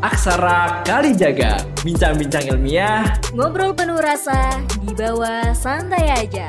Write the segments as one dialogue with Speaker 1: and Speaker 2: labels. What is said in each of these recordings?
Speaker 1: Aksara Kalijaga, bincang-bincang ilmiah,
Speaker 2: ngobrol penuh rasa, di bawah santai aja.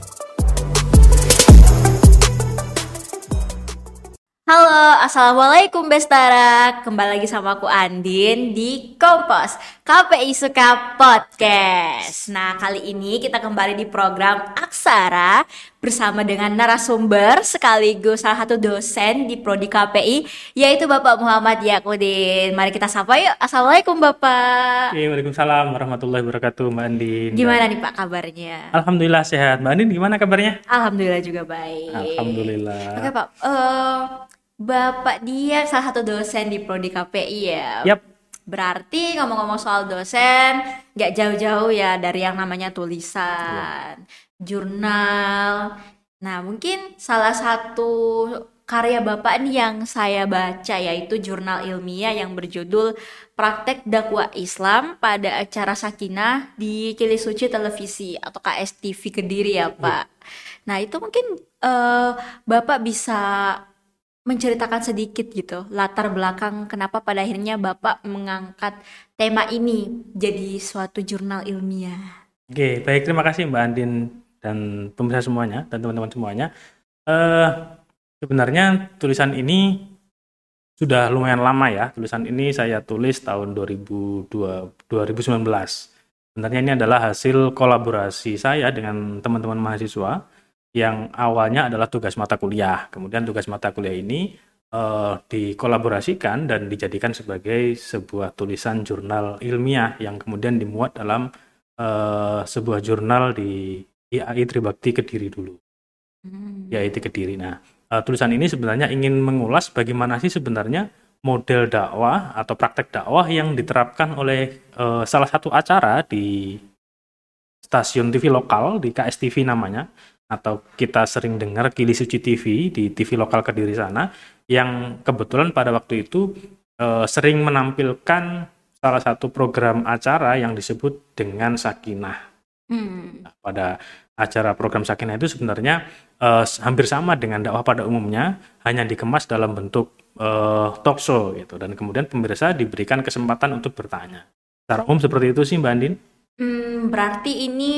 Speaker 2: Halo, assalamualaikum Bestara. Kembali lagi sama aku Andin di Kompos KPI Suka Podcast. Nah, kali ini kita kembali di program Aksara bersama dengan narasumber sekaligus salah satu dosen di Prodi KPI, yaitu Bapak Muhammad Yakudin. Mari kita sapa yuk. Assalamualaikum Bapak.
Speaker 3: Waalaikumsalam warahmatullahi wabarakatuh, Mbak Andin.
Speaker 2: Gimana nih Pak kabarnya?
Speaker 3: Alhamdulillah sehat. Mbak Andin gimana kabarnya?
Speaker 2: Alhamdulillah juga baik.
Speaker 3: Alhamdulillah.
Speaker 2: Oke Pak, Bapak dia salah satu dosen di Prodi KPI ya.
Speaker 3: Yap.
Speaker 2: Berarti ngomong-ngomong soal dosen, nggak jauh-jauh ya dari yang namanya tulisan, jurnal. Nah, mungkin salah satu karya Bapak nih yang saya baca yaitu jurnal ilmiah yang berjudul Praktek Dakwah Islam pada acara Sakinah di Kilisuci Televisi atau KSTV Kediri ya Pak. Nah, itu mungkin Bapak bisa menceritakan sedikit gitu latar belakang kenapa pada akhirnya Bapak mengangkat tema ini jadi suatu jurnal ilmiah.
Speaker 3: Oke, baik, terima kasih Mbak Andin dan pemirsa semuanya dan teman-teman semuanya. Sebenarnya tulisan ini sudah lumayan lama ya. Tulisan ini saya tulis tahun 2019. Sebenarnya ini adalah hasil kolaborasi saya dengan teman-teman mahasiswa yang awalnya adalah tugas mata kuliah. Kemudian tugas mata kuliah ini dikolaborasikan dan dijadikan sebagai sebuah tulisan jurnal ilmiah yang kemudian dimuat dalam sebuah jurnal di IAI Tribakti Kediri dulu. IAI Kediri. Nah, tulisan ini sebenarnya ingin mengulas bagaimana sih sebenarnya model dakwah atau praktek dakwah yang diterapkan oleh salah satu acara di stasiun TV lokal, di KSTV namanya, atau kita sering dengar Kilisuci TV di TV lokal Kediri sana, yang kebetulan pada waktu itu sering menampilkan salah satu program acara yang disebut dengan Sakinah. Nah, pada acara program Sakinah itu sebenarnya hampir sama dengan dakwah pada umumnya, hanya dikemas dalam bentuk talk show gitu, dan kemudian pemirsa diberikan kesempatan untuk bertanya. Secara umum seperti itu sih Mbak Andin.
Speaker 2: Berarti ini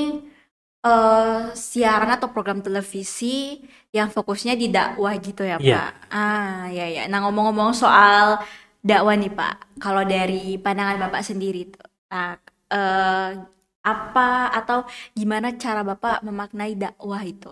Speaker 2: siaran atau program televisi yang fokusnya di dakwah gitu ya Pak? Ya. Nah, ngomong-ngomong soal dakwah nih Pak, kalau dari pandangan Bapak sendiri tuh, apa atau gimana cara Bapak memaknai dakwah itu?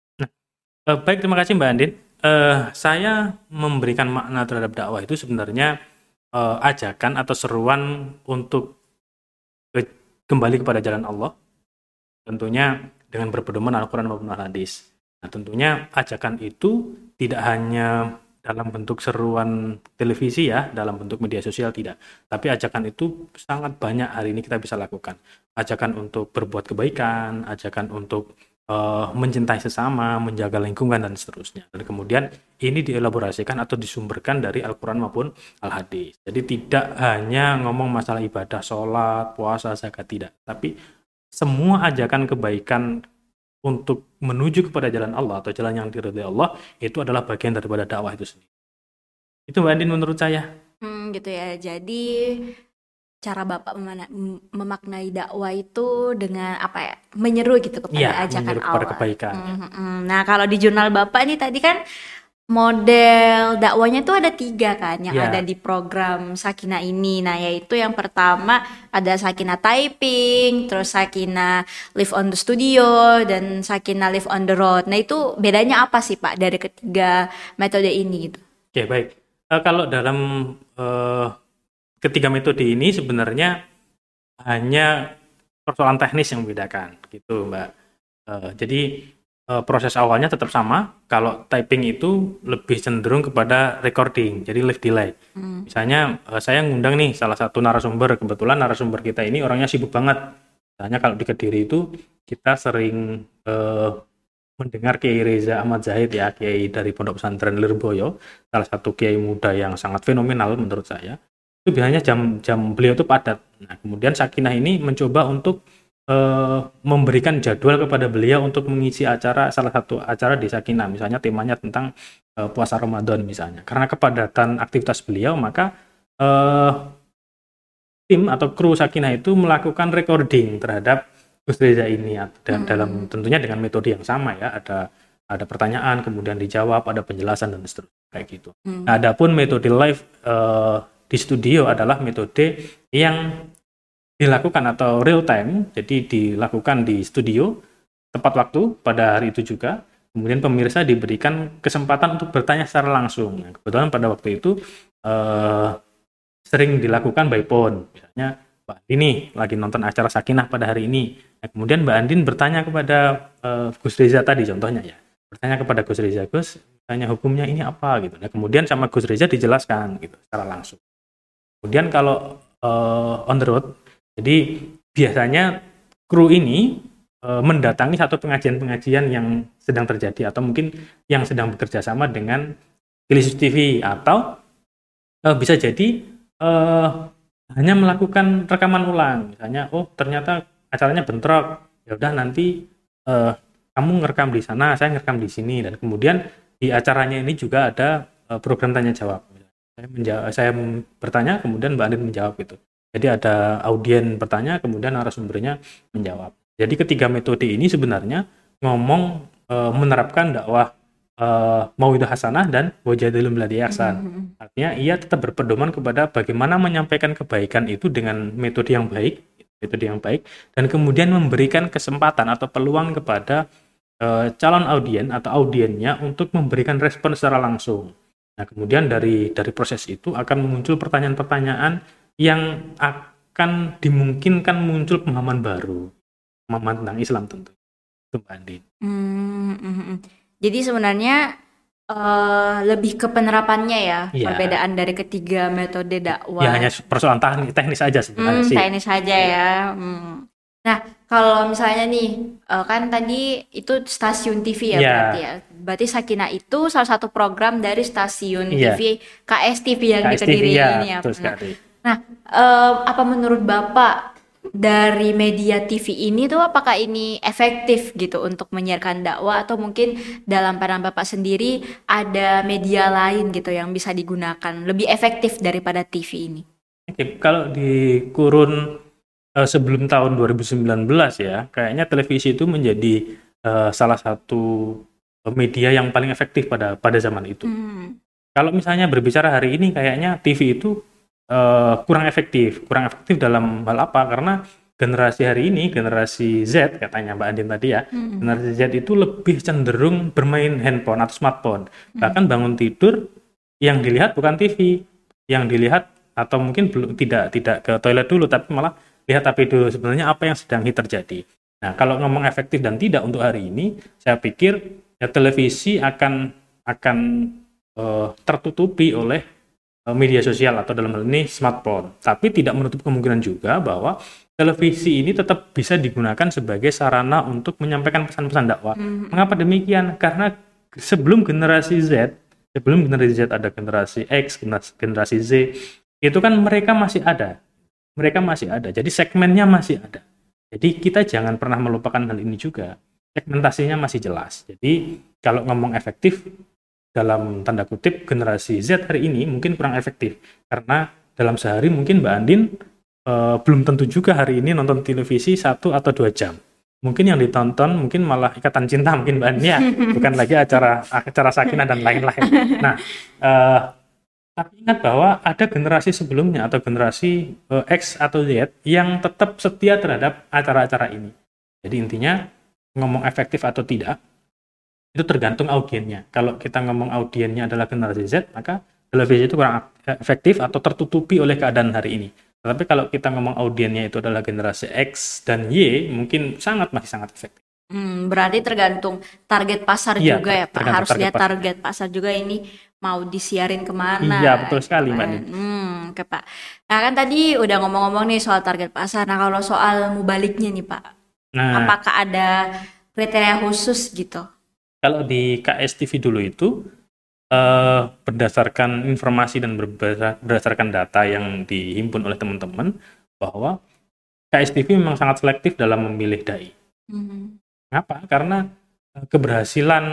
Speaker 3: Baik, terima kasih Mbak Andin. Saya memberikan makna terhadap dakwah itu sebenarnya ajakan atau seruan untuk kembali kepada jalan Allah. Tentunya dengan berpedoman Al-Quran maupun Al-Hadis. Nah, tentunya ajakan itu tidak hanya dalam bentuk seruan televisi ya, dalam bentuk media sosial tidak. Tapi ajakan itu sangat banyak hari ini kita bisa lakukan. Ajakan untuk berbuat kebaikan, ajakan untuk mencintai sesama, menjaga lingkungan, dan seterusnya. Dan kemudian ini dielaborasikan atau disumberkan dari Al-Quran maupun Al-Hadis. Jadi tidak hanya ngomong masalah ibadah, sholat, puasa, zakat, tidak. Tapi semua ajakan kebaikan untuk menuju kepada jalan Allah atau jalan yang diridhai Allah itu adalah bagian daripada dakwah itu sendiri. Itu Mbak Andin menurut saya.
Speaker 2: Gitu ya. Jadi cara Bapak memaknai dakwah itu dengan apa ya? Menyeru gitu kepada ajakan
Speaker 3: menyeru
Speaker 2: Allah.
Speaker 3: kepada kebaikan.
Speaker 2: Nah, kalau di jurnal Bapak nih tadi kan model dakwahnya tuh ada 3 kan yang ada di program Sakinah ini. Nah, yaitu yang pertama ada Sakinah Typing, terus Sakinah Live on the Studio, dan Sakinah Live on the Road. Nah, itu bedanya apa sih Pak dari ketiga metode ini gitu?
Speaker 3: Oke, baik. Kalau dalam ketiga metode ini sebenarnya hanya persoalan teknis yang membedakan gitu Mbak. Jadi proses awalnya tetap sama. Kalau typing itu lebih cenderung kepada recording, jadi live delay. Misalnya saya ngundang nih salah satu narasumber, kebetulan narasumber kita ini orangnya sibuk banget. Misalnya kalau di Kediri itu kita sering mendengar Kiai Reza Ahmad Zahid ya, Kiai dari Pondok Pesantren Lirboyo, salah satu kiai muda yang sangat fenomenal menurut saya. Itu biasanya jam beliau itu padat. Nah, kemudian Sakinah ini mencoba untuk memberikan jadwal kepada beliau untuk mengisi salah satu acara di Sakinah, misalnya temanya tentang puasa Ramadan misalnya. Karena kepadatan aktivitas beliau, maka tim atau kru Sakinah itu melakukan recording terhadap Gus Reza ini dalam tentunya dengan metode yang sama ya, ada pertanyaan kemudian dijawab, ada penjelasan dan seterusnya kayak gitu. Nah, adapun metode live di studio adalah metode yang dilakukan atau real time, jadi dilakukan di studio tepat waktu pada hari itu juga. Kemudian pemirsa diberikan kesempatan untuk bertanya secara langsung. Nah, kebetulan pada waktu itu sering dilakukan by phone. Misalnya Mbak Andin nih lagi nonton acara Sakinah pada hari ini. Nah, kemudian Mbak Andin bertanya kepada Gus Reza tadi contohnya ya. Bertanya kepada Gus Reza, Gus, tanya hukumnya ini apa gitu. Nah, kemudian sama Gus Reza dijelaskan gitu secara langsung. Kemudian kalau on the road, jadi biasanya kru ini mendatangi satu pengajian-pengajian yang sedang terjadi atau mungkin yang sedang bekerja sama dengan Televisi TV atau bisa jadi hanya melakukan rekaman ulang. Misalnya, oh ternyata acaranya bentrok, ya udah nanti kamu ngerekam di sana, saya ngerekam di sini, dan kemudian di acaranya ini juga ada program tanya jawab. Saya bertanya, kemudian Mbak Andin menjawab gitu. Jadi ada audien bertanya, kemudian narasumbernya menjawab. Jadi ketiga metode ini sebenarnya ngomong menerapkan dakwah Mauidhah Hasanah dan Wajadilum Billati Ihsan. Artinya ia tetap berpedoman kepada bagaimana menyampaikan kebaikan itu dengan metode yang baik, dan kemudian memberikan kesempatan atau peluang kepada calon audien atau audiennya untuk memberikan respon secara langsung. Nah, kemudian dari proses itu akan muncul pertanyaan-pertanyaan yang akan dimungkinkan muncul pemahaman baru, pemahaman tentang Islam tentu. Itu Mbak Andin.
Speaker 2: Jadi sebenarnya lebih ke penerapannya ya, perbedaan dari ketiga metode dakwah.
Speaker 3: Ya hanya persoalan teknis saja sebenarnya sih.
Speaker 2: Teknis saja ya. Nah, kalau misalnya nih, kan tadi itu stasiun TV ya berarti ya. Berarti Sakinah itu salah satu program dari stasiun TV KSTV yang di Kediri ini ya. Nah, apa menurut Bapak dari media TV ini tuh apakah ini efektif gitu untuk menyiarkan dakwah, atau mungkin dalam pandangan Bapak sendiri ada media lain gitu yang bisa digunakan lebih efektif daripada TV ini?
Speaker 3: Oke, kalau di kurun sebelum tahun 2019 ya, kayaknya televisi itu menjadi salah satu media yang paling efektif pada zaman itu. Kalau misalnya berbicara hari ini, kayaknya TV itu kurang efektif dalam hal apa? Karena generasi hari ini, generasi Z katanya Mbak Andin tadi ya, generasi Z itu lebih cenderung bermain handphone atau smartphone. Bahkan bangun tidur yang dilihat bukan TV, yang dilihat atau mungkin tidak ke toilet dulu, tapi malah lihat HP dulu sebenarnya apa yang sedang terjadi. Nah, kalau ngomong efektif dan tidak untuk hari ini, saya pikir ya televisi akan tertutupi oleh media sosial atau dalam hal ini smartphone. Tapi tidak menutup kemungkinan juga bahwa televisi ini tetap bisa digunakan sebagai sarana untuk menyampaikan pesan-pesan dakwah. Mengapa demikian? Karena sebelum generasi Z ada generasi X, generasi Z, itu kan mereka masih ada. Jadi segmennya masih ada. Jadi kita jangan pernah melupakan hal ini juga. Segmentasinya masih jelas. Jadi kalau ngomong efektif, dalam tanda kutip generasi Z hari ini mungkin kurang efektif karena dalam sehari mungkin Mbak Andin belum tentu juga hari ini nonton televisi 1 atau 2 jam. Mungkin yang ditonton mungkin malah Ikatan Cinta mungkin Mbak Andin ya, bukan lagi acara Sakinah dan lain-lain. Nah, tapi ingat bahwa ada generasi sebelumnya atau generasi X atau Z yang tetap setia terhadap acara-acara ini. Jadi intinya ngomong efektif atau tidak itu tergantung audiennya. Kalau kita ngomong audiennya adalah generasi Z, maka televisi itu kurang efektif atau tertutupi oleh keadaan hari ini. Tetapi kalau kita ngomong audiennya itu adalah generasi X dan Y, mungkin masih sangat efektif.
Speaker 2: Berarti tergantung target pasar juga ya Pak. Harus lihat target pasar juga ini mau disiarin kemana.
Speaker 3: Iya, betul sekali Mbak Din.
Speaker 2: Oke Pak. Nah kan tadi udah ngomong-ngomong nih soal target pasar. Nah kalau soal mubaliknya nih Pak, apakah ada kriteria khusus gitu?
Speaker 3: Kalau di KSTV dulu itu berdasarkan informasi dan berdasarkan data yang dihimpun oleh teman-teman bahwa KSTV memang sangat selektif dalam memilih dai. Kenapa? Karena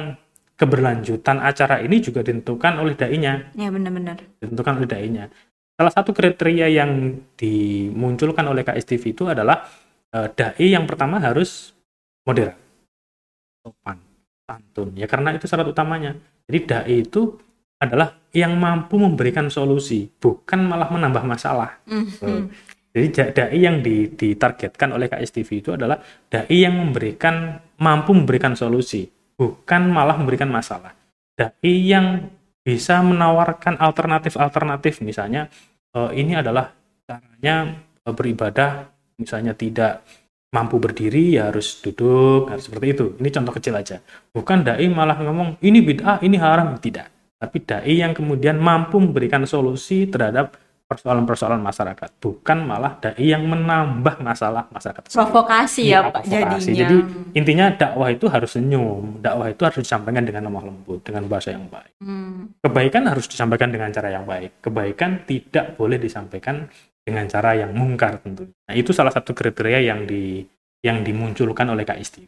Speaker 3: keberlanjutan acara ini juga ditentukan oleh dai-nya.
Speaker 2: Ya benar-benar.
Speaker 3: Ditentukan oleh dai-nya. salah satu kriteria yang dimunculkan oleh KSTV itu adalah dai yang pertama harus moderat, sopan, santun. Ya karena itu syarat utamanya. Jadi dai itu adalah yang mampu memberikan solusi, bukan malah menambah masalah. Jadi dai yang ditargetkan oleh KSTV itu adalah dai yang mampu memberikan solusi, bukan malah memberikan masalah. Dai yang bisa menawarkan alternatif-alternatif, misalnya ini adalah caranya beribadah, misalnya tidak mampu berdiri ya harus duduk, harus seperti itu. Ini contoh kecil aja. Bukan dai malah ngomong ini bid'ah, ini haram, tidak. Tapi dai yang kemudian mampu memberikan solusi terhadap persoalan-persoalan masyarakat, bukan malah dai yang menambah masalah masyarakat.
Speaker 2: Provokasi ya Pak jadinya.
Speaker 3: Jadi intinya dakwah itu harus senyum, dakwah itu harus disampaikan dengan lemah lembut, dengan bahasa yang baik. Kebaikan harus disampaikan dengan cara yang baik. Kebaikan tidak boleh disampaikan dengan cara yang mungkar tentu. Nah itu salah satu kriteria yang dimunculkan oleh KSTV.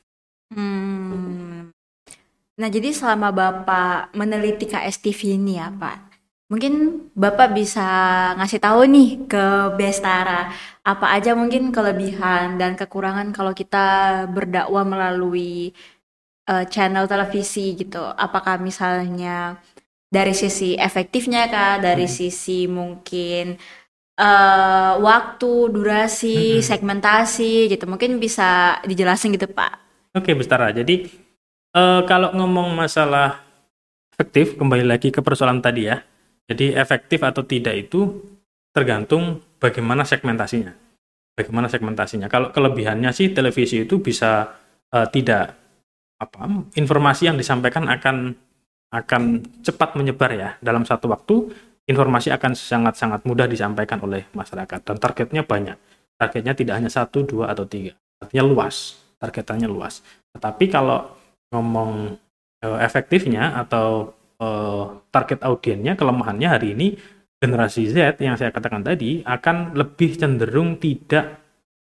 Speaker 2: Nah jadi selama Bapak meneliti KSTV ini ya Pak, mungkin Bapak bisa ngasih tahu nih ke Bestara apa aja mungkin kelebihan dan kekurangan kalau kita berdakwah melalui channel televisi gitu. Apakah misalnya dari sisi efektifnya kah, dari sisi mungkin waktu, durasi, segmentasi gitu. Mungkin bisa dijelasin gitu Pak.
Speaker 3: Oke Bestara, jadi kalau ngomong masalah efektif, kembali lagi ke persoalan tadi ya. Jadi efektif atau tidak itu tergantung bagaimana segmentasinya. Kalau kelebihannya sih televisi itu bisa tidak informasi yang disampaikan akan cepat menyebar ya. Dalam satu waktu informasi akan sangat-sangat mudah disampaikan oleh masyarakat dan targetnya banyak. Targetnya tidak hanya 1, 2 atau 3. Artinya luas, targetannya luas. Tetapi kalau ngomong efektifnya atau target audiennya, kelemahannya hari ini generasi Z yang saya katakan tadi akan lebih cenderung tidak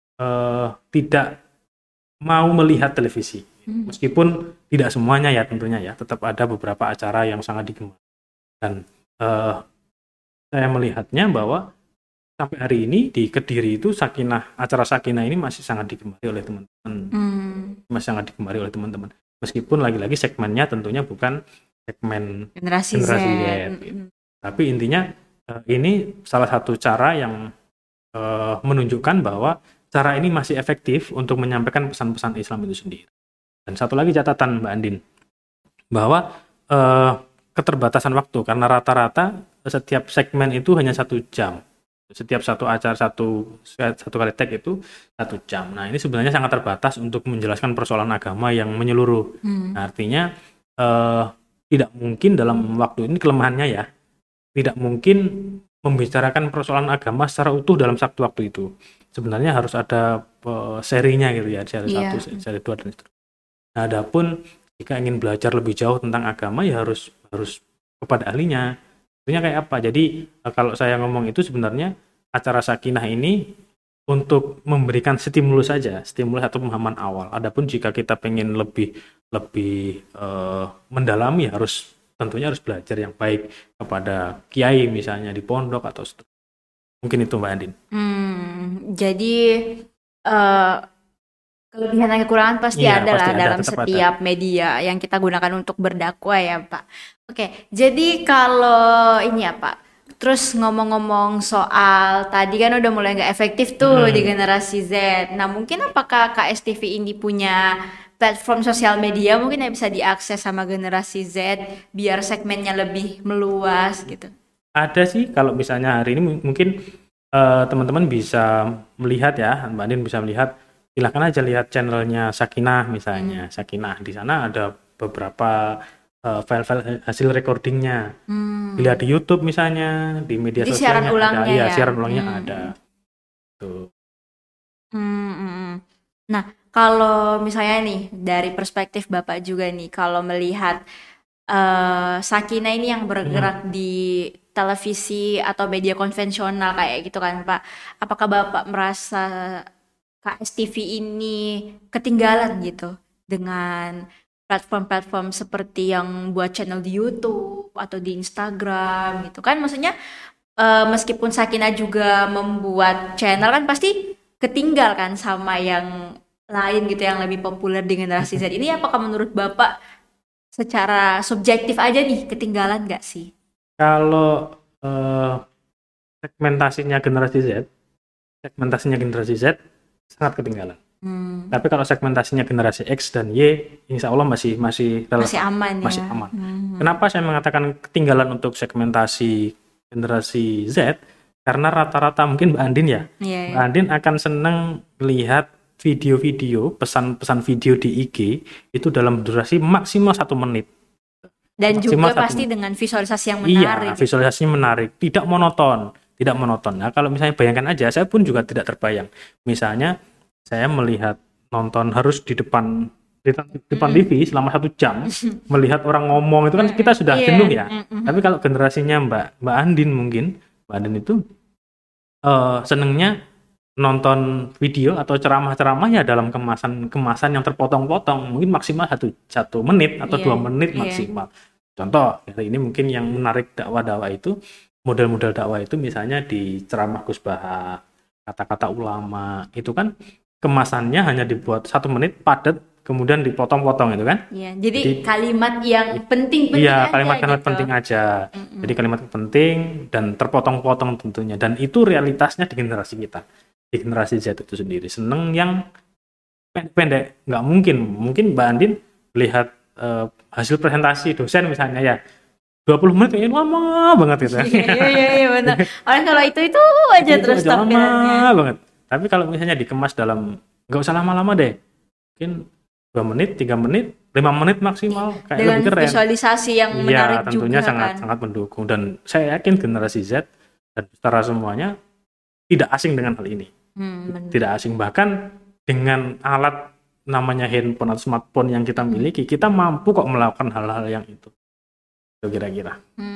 Speaker 3: mau melihat televisi, meskipun tidak semuanya ya tentunya ya, tetap ada beberapa acara yang sangat digemari dan saya melihatnya bahwa sampai hari ini di Kediri itu acara Sakinah ini masih sangat digemari oleh teman-teman, meskipun lagi-lagi segmennya tentunya bukan segmen generasi Z. Tapi intinya ini salah satu cara yang menunjukkan bahwa cara ini masih efektif untuk menyampaikan pesan-pesan Islam itu sendiri. Dan satu lagi catatan Mbak Andin, bahwa keterbatasan waktu, karena rata-rata setiap segmen itu hanya 1 jam. Setiap satu acara, satu kali tag itu 1 jam. Nah ini sebenarnya sangat terbatas untuk menjelaskan persoalan agama yang menyeluruh. Nah, artinya tidak mungkin dalam waktu ini, kelemahannya ya, tidak mungkin membicarakan persoalan agama secara utuh dalam satu waktu itu. Sebenarnya harus ada serinya gitu ya, seri 1, seri 2 dan seterusnya. Nah, adapun jika ingin belajar lebih jauh tentang agama ya harus kepada ahlinya. Artinya kayak apa? Jadi kalau saya ngomong itu sebenarnya acara Sakinah ini untuk memberikan stimulus saja, stimulus atau pemahaman awal. Adapun jika kita pengen lebih mendalami, tentunya harus belajar yang baik kepada kiai misalnya di pondok atau mungkin itu Mbak Andin.
Speaker 2: Jadi kelebihan dan kekurangan pasti ada lah dalam setiap media yang kita gunakan untuk berdakwah ya Pak. Oke, jadi kalau ini ya Pak, terus ngomong-ngomong soal tadi kan udah mulai nggak efektif tuh di generasi Z. Nah mungkin apakah KSTV ini punya platform sosial media mungkin yang bisa diakses sama generasi Z biar segmennya lebih meluas gitu?
Speaker 3: Ada sih, kalau misalnya hari ini mungkin teman-teman bisa melihat ya, Mbak Andin bisa melihat, silahkan aja lihat channelnya Sakinah misalnya. Sakinah di sana ada beberapa file-file hasil recordingnya. Dilihat di YouTube misalnya, di media
Speaker 2: jadi
Speaker 3: sosialnya
Speaker 2: siaran ulangnya
Speaker 3: ada,
Speaker 2: ya?
Speaker 3: Siaran ulangnya ada. Tuh.
Speaker 2: Nah, kalau misalnya nih dari perspektif Bapak juga nih, kalau melihat Sakinah ini yang bergerak di televisi atau media konvensional kayak gitu kan Pak, apakah Bapak merasa KSTV ini ketinggalan gitu dengan platform-platform seperti yang buat channel di YouTube atau di Instagram gitu kan? Maksudnya meskipun Sakina juga membuat channel kan pasti ketinggal kan sama yang lain gitu yang lebih populer di generasi Z ini. Apakah menurut Bapak secara subjektif aja nih ketinggalan nggak sih?
Speaker 3: Kalau segmentasinya generasi Z sangat ketinggalan. Tapi kalau segmentasinya generasi X dan Y, insya Allah masih
Speaker 2: aman
Speaker 3: masih
Speaker 2: ya.
Speaker 3: aman. Kenapa saya mengatakan ketinggalan untuk segmentasi generasi Z? Karena rata-rata mungkin Mbak Andin ya,
Speaker 2: Yeah.
Speaker 3: Mbak Andin akan seneng lihat video-video, pesan-pesan video di IG itu dalam durasi maksimal 1 menit.
Speaker 2: Dan
Speaker 3: Maksimal
Speaker 2: juga
Speaker 3: 1
Speaker 2: pasti
Speaker 3: menit.
Speaker 2: dengan visualisasi yang
Speaker 3: Iya,
Speaker 2: menarik.
Speaker 3: visualisasinya menarik, tidak monoton. Nah, kalau misalnya bayangkan aja, saya pun juga tidak terbayang. Misalnya saya melihat nonton harus di depan TV selama 1 jam, melihat orang ngomong itu kan kita sudah
Speaker 2: Iya.
Speaker 3: jenuh ya. Tapi kalau generasinya Mbak Andin itu senengnya nonton video atau ceramah-ceramah ya dalam kemasan yang terpotong-potong, mungkin maksimal 1 menit atau 2 menit maksimal. Contoh, hari ini mungkin yang menarik dakwah-dakwah itu, model-model dakwah itu misalnya di ceramah Gus Baha, kata-kata ulama, itu kan kemasannya hanya dibuat 1 menit, padat, kemudian dipotong-potong itu kan.
Speaker 2: Iya, jadi kalimat yang penting-penting
Speaker 3: Iya,
Speaker 2: aja
Speaker 3: kalimat-kalimat
Speaker 2: gitu.
Speaker 3: penting aja. Jadi kalimat penting dan terpotong-potong tentunya. Dan itu realitasnya di generasi kita. Di generasi Z itu sendiri. Seneng yang pendek. Nggak mungkin. Mungkin Mbak Andin lihat hasil presentasi dosen misalnya ya. 20 menit kayaknya lama banget gitu.
Speaker 2: Iya benar. Orang kalau itu aja
Speaker 3: Itu
Speaker 2: terus
Speaker 3: aja
Speaker 2: tampilannya.
Speaker 3: lama banget. Tapi kalau misalnya dikemas dalam, nggak usah lama-lama deh. Mungkin 2 menit, 3 menit, 5 menit maksimal, kayak
Speaker 2: Dengan
Speaker 3: lebih keren.
Speaker 2: visualisasi yang menarik
Speaker 3: Iya, tentunya
Speaker 2: juga
Speaker 3: sangat
Speaker 2: kan.
Speaker 3: sangat mendukung, dan saya yakin generasi Z dan setara semuanya tidak asing dengan hal ini.
Speaker 2: Benar.
Speaker 3: Tidak asing, bahkan dengan alat namanya handphone atau smartphone yang kita miliki, kita mampu kok melakukan hal-hal yang itu. Itu kira-kira.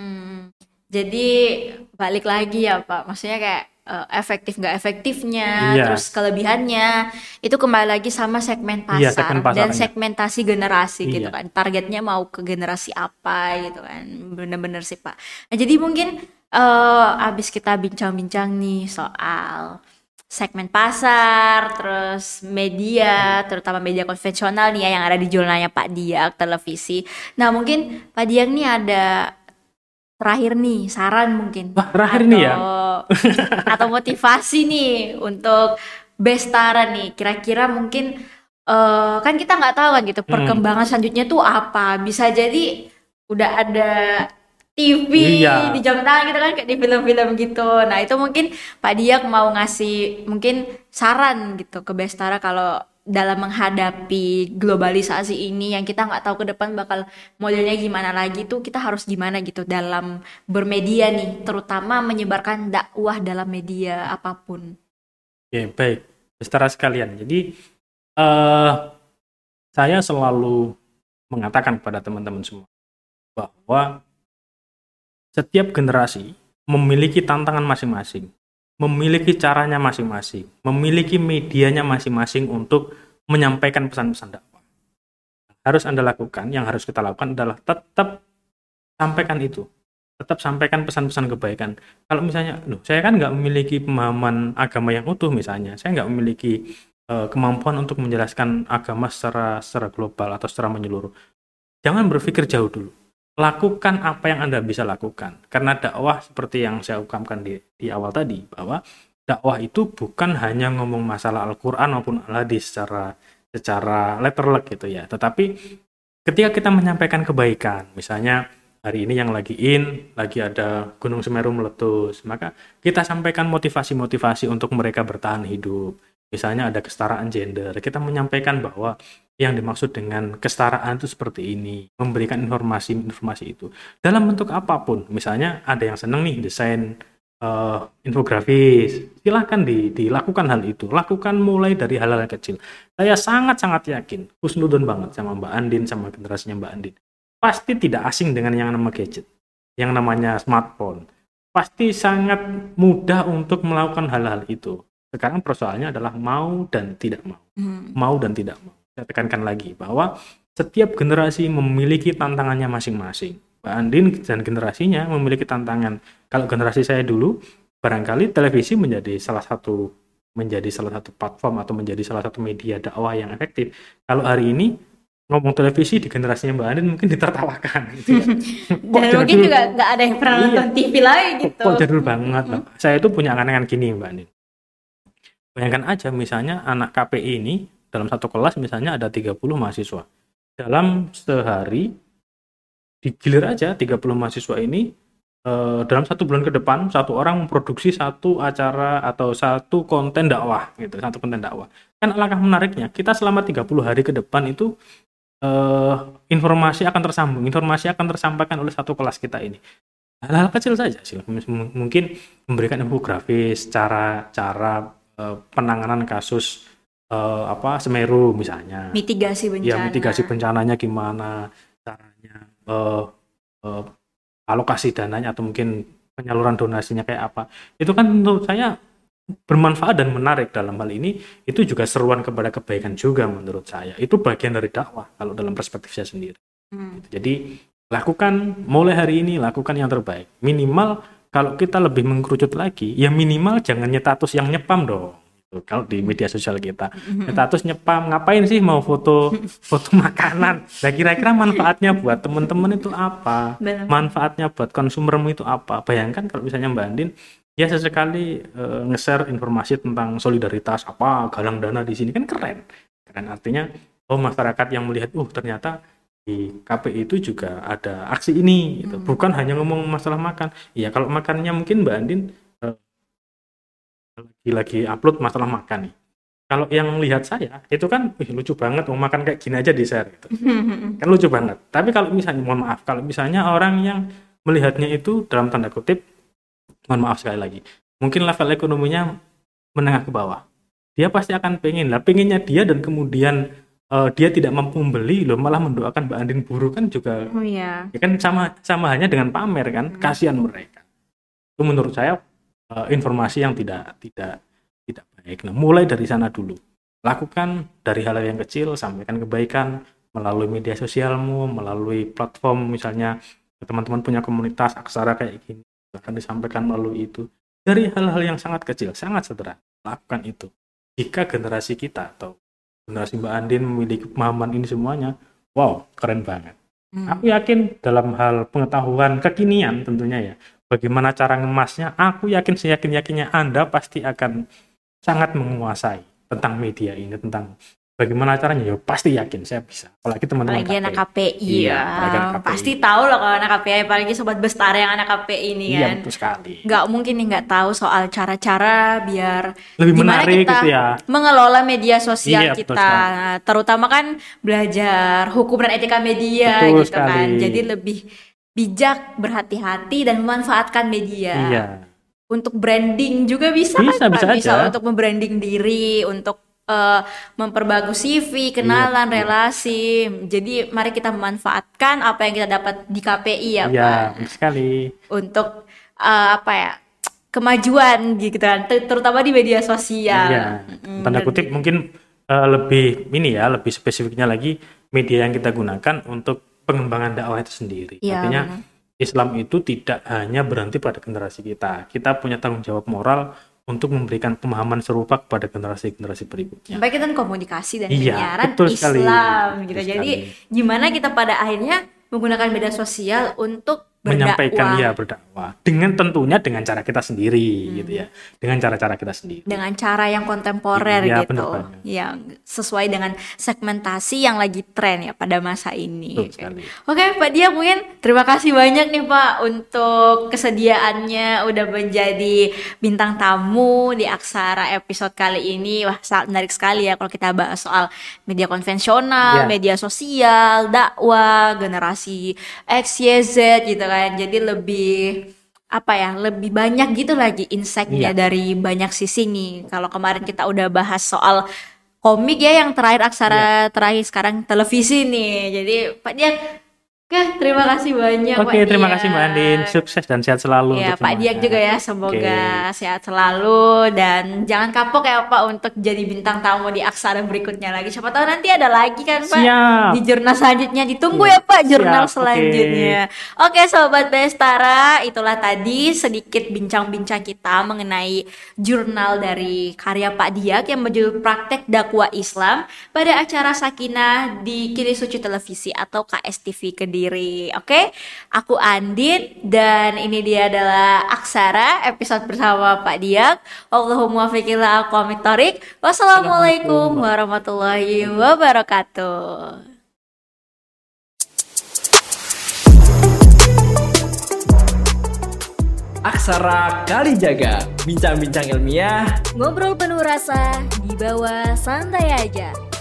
Speaker 2: Jadi balik lagi ya Pak, maksudnya kayak efektif nggak efektifnya,
Speaker 3: Iya.
Speaker 2: terus kelebihannya itu kembali lagi sama segmen pasar,
Speaker 3: Iya, segmen pasarnya.
Speaker 2: dan segmentasi generasi gitu
Speaker 3: Iya.
Speaker 2: kan, targetnya mau ke generasi apa gitu kan, bener-bener sih Pak. Nah jadi mungkin abis kita bincang-bincang nih soal segmen pasar, terus media, terutama media konvensional nih ya yang ada di zonanya Pak Diak, televisi. Nah mungkin Pak Diak nih ada terakhir nih saran mungkin.
Speaker 3: Wah, terakhir nih ya?
Speaker 2: Atau motivasi nih untuk Bestara nih. Kira-kira mungkin kan kita nggak tahu kan gitu perkembangan selanjutnya tuh apa. Bisa jadi udah ada TV
Speaker 3: Iya.
Speaker 2: di jam tangan gitu kan kayak di film-film gitu. Nah itu mungkin Pak Diak mau ngasih mungkin saran gitu ke Bestara kalau dalam menghadapi globalisasi ini yang kita nggak tahu ke depan bakal modelnya gimana lagi tuh, kita harus gimana gitu dalam bermedia nih, terutama menyebarkan dakwah dalam media apapun.
Speaker 3: Oke, baik. Setara sekalian. Jadi saya selalu mengatakan kepada teman-teman semua bahwa setiap generasi memiliki tantangan masing-masing, memiliki caranya masing-masing, memiliki medianya masing-masing untuk menyampaikan pesan-pesan dakwah. Harus Anda lakukan, yang harus kita lakukan adalah tetap sampaikan itu. Tetap sampaikan pesan-pesan kebaikan. Kalau misalnya, saya kan nggak memiliki pemahaman agama yang utuh misalnya, saya nggak memiliki kemampuan untuk menjelaskan agama secara global atau secara menyeluruh. Jangan berpikir jauh dulu. Lakukan apa yang Anda bisa lakukan. Karena dakwah seperti yang saya ungkapkan di awal tadi, bahwa dakwah itu bukan hanya ngomong masalah Al-Quran maupun Al-Hadis secara letterlek gitu ya. Tetapi ketika kita menyampaikan kebaikan, misalnya hari ini yang lagi ada Gunung Semeru meletus, maka kita sampaikan motivasi-motivasi untuk mereka bertahan hidup. Misalnya ada kesetaraan gender, kita menyampaikan bahwa yang dimaksud dengan kesetaraan itu seperti ini, memberikan informasi itu dalam bentuk apapun. Misalnya ada yang seneng nih desain infografis, silahkan dilakukan hal itu, lakukan mulai dari hal-hal kecil. Saya sangat-sangat yakin, husnudon banget sama Mbak Andin, sama generasinya Mbak Andin, pasti tidak asing dengan yang namanya gadget, yang namanya smartphone. Pasti sangat mudah untuk melakukan hal-hal itu. Sekarang persoalannya adalah mau dan tidak mau. Mau dan tidak mau. Saya tekankan lagi bahwa setiap generasi memiliki tantangannya masing-masing. Mbak Andin dan generasinya memiliki tantangan. Kalau generasi saya dulu, barangkali televisi menjadi salah satu platform atau menjadi salah satu media dakwah yang efektif. Kalau hari ini ngomong televisi di generasinya Mbak Andin mungkin ditertawakan gitu ya.
Speaker 2: Dan mungkin juga nggak ada yang pernah nonton TV lagi gitu.
Speaker 3: Kok jadul banget loh. Saya itu punya angan-angan gini Mbak Andin. Bayangkan aja misalnya anak KPI ini dalam satu kelas misalnya ada 30 mahasiswa. Dalam sehari digilir aja 30 mahasiswa ini dalam 1 bulan ke depan satu orang memproduksi satu acara atau satu konten dakwah gitu, satu konten dakwah. Kan alangkah menariknya kita selama 30 hari ke depan itu informasi akan tersambung, informasi akan tersampaikan oleh satu kelas kita ini. Hal-hal kecil saja sih, mungkin memberikan infografis cara penanganan kasus Semeru misalnya.
Speaker 2: Mitigasi bencana.
Speaker 3: Ya, mitigasi bencananya gimana caranya, alokasi dananya atau mungkin penyaluran donasinya kayak apa. Itu kan menurut saya bermanfaat dan menarik. Dalam hal ini itu juga seruan kepada kebaikan juga menurut saya. Itu bagian dari dakwah kalau dalam perspektif saya sendiri. Jadi mulai hari ini lakukan yang terbaik. Minimal kalau kita lebih mengkerucut lagi, ya minimal jangan nyetatus yang nyepam dong. Kalau di media sosial kita, status nyepam, ngapain sih mau foto makanan? Nah, kira-kira manfaatnya buat teman-teman itu apa?
Speaker 2: Benar.
Speaker 3: Manfaatnya buat konsumermu itu apa? Bayangkan kalau misalnya Mbak Andin ya sesekali nge-share informasi tentang solidaritas galang dana di sini, kan keren. Artinya masyarakat yang melihat ternyata di KPI itu juga ada aksi ini gitu. Bukan hanya ngomong masalah makan. Ya kalau makannya mungkin Mbak Andin lagi upload masalah makan nih. Kalau yang lihat saya itu kan lucu banget, mau makan kayak gini aja di share gitu. Kan lucu banget. Tapi kalau misalnya kalau misalnya orang yang melihatnya itu dalam tanda kutip, mohon maaf sekali lagi, mungkin level ekonominya menengah ke bawah, dia pasti akan pengennya dia dan kemudian dia tidak mampu membeli malah mendoakan Mbak Andin buruk kan juga. Ya kan sama halnya dengan pamer kan, kasihan mereka. Itu menurut saya informasi yang tidak baik. Nah, mulai dari sana dulu. Lakukan dari hal yang kecil, sampaikan kebaikan melalui media sosialmu, melalui platform misalnya teman-teman punya komunitas aksara kayak gini, akan disampaikan melalui itu. Dari hal-hal yang sangat kecil, sangat sederhana, lakukan itu. Jika generasi kita atau generasi Mbak Andin memiliki pemahaman ini semuanya, wow, keren banget. Aku yakin dalam hal pengetahuan kekinian tentunya ya, bagaimana cara ngemasnya, aku yakin seyakin-yakinnya Anda pasti akan sangat menguasai tentang media ini, tentang bagaimana caranya, ya pasti yakin saya bisa. Apalagi teman-teman
Speaker 2: apalagi anak KPI
Speaker 3: ya.
Speaker 2: Pasti tahu loh kalau anak KPI, apalagi Sobat Bestari yang anak KPI ini kan.
Speaker 3: Iya, betul sekali.
Speaker 2: Nggak mungkin nih nggak tahu soal cara-cara biar
Speaker 3: lebih
Speaker 2: gimana
Speaker 3: menarik
Speaker 2: kita
Speaker 3: gitu ya,
Speaker 2: mengelola media sosial
Speaker 3: iya,
Speaker 2: kita. Terutama kan belajar hukum dan etika media
Speaker 3: betul
Speaker 2: gitu kan.
Speaker 3: sekali.
Speaker 2: Jadi lebih bijak, berhati-hati dan memanfaatkan media.
Speaker 3: Iya.
Speaker 2: Untuk branding juga bisa
Speaker 3: aja.
Speaker 2: Untuk membranding diri, untuk memperbagus CV, kenalan, relasi. Jadi mari kita memanfaatkan apa yang kita dapat di KPI ya, Pak.
Speaker 3: Iya, betul sekali.
Speaker 2: Untuk kemajuan gitu kan, terutama di media sosial.
Speaker 3: Iya. Tanda kutip mungkin lebih spesifiknya lagi media yang kita gunakan untuk pengembangan dakwah itu sendiri.
Speaker 2: Ya,
Speaker 3: artinya
Speaker 2: benar.
Speaker 3: Islam itu tidak hanya berhenti pada generasi kita. Kita punya tanggung jawab moral untuk memberikan pemahaman serupa kepada generasi-generasi berikutnya.
Speaker 2: Baik itu komunikasi dan
Speaker 3: Iya,
Speaker 2: penyiaran
Speaker 3: betul sekali.
Speaker 2: Islam gitu.
Speaker 3: Betul
Speaker 2: Jadi
Speaker 3: sekali.
Speaker 2: gimana kita pada akhirnya menggunakan media sosial untuk
Speaker 3: menyampaikan
Speaker 2: berdakwah.
Speaker 3: berdakwah dengan tentunya dengan cara kita sendiri gitu ya, dengan cara-cara kita sendiri,
Speaker 2: dengan cara yang kontemporer
Speaker 3: Iya,
Speaker 2: gitu,
Speaker 3: benar banget.
Speaker 2: yang sesuai dengan segmentasi yang lagi tren ya pada masa ini.
Speaker 3: Betul sekali.
Speaker 2: Oke, Pak Dia, mungkin terima kasih banyak nih Pak untuk kesediaannya udah menjadi bintang tamu di Aksara episode kali ini. Wah, sangat menarik sekali ya kalau kita bahas soal media konvensional,
Speaker 3: Iya.
Speaker 2: media sosial, dakwah, generasi X, Y, Z gitu kan. Jadi lebih lebih banyak gitu lagi insight-nya
Speaker 3: Iya.
Speaker 2: dari banyak sisi nih. Kalau kemarin kita udah bahas soal komik ya, yang terakhir Aksara terakhir, sekarang televisi nih. Jadi Pak Dia, Oke, terima kasih banyak
Speaker 3: Oke,
Speaker 2: Pak
Speaker 3: terima
Speaker 2: Diak.
Speaker 3: kasih Mbak Andin. Sukses dan sehat selalu
Speaker 2: Ya,
Speaker 3: untuk
Speaker 2: Pak Diak
Speaker 3: semuanya.
Speaker 2: juga ya, semoga sehat selalu dan jangan kapok ya Pak untuk jadi bintang tamu di Aksara berikutnya lagi. Siapa tahu nanti ada lagi kan Pak
Speaker 3: Siap.
Speaker 2: di jurnal selanjutnya. Ditunggu ya Pak jurnal
Speaker 3: Siap,
Speaker 2: selanjutnya. Oke, Sobat Bestara, itulah tadi sedikit bincang-bincang kita mengenai jurnal dari karya Pak Diak yang berjudul Praktek Dakwah Islam pada acara Sakinah di Kini Suci Televisi atau KSTV Kediri. Oke, aku Andin dan ini dia adalah Aksara episode bersama Pak Diak. Allahumma fiqillah aqwamit thoriq. Wassalamualaikum warahmatullahi wabarakatuh.
Speaker 1: Aksara Kalijaga, bincang-bincang ilmiah.
Speaker 4: Ngobrol penuh rasa, di bawah santai aja.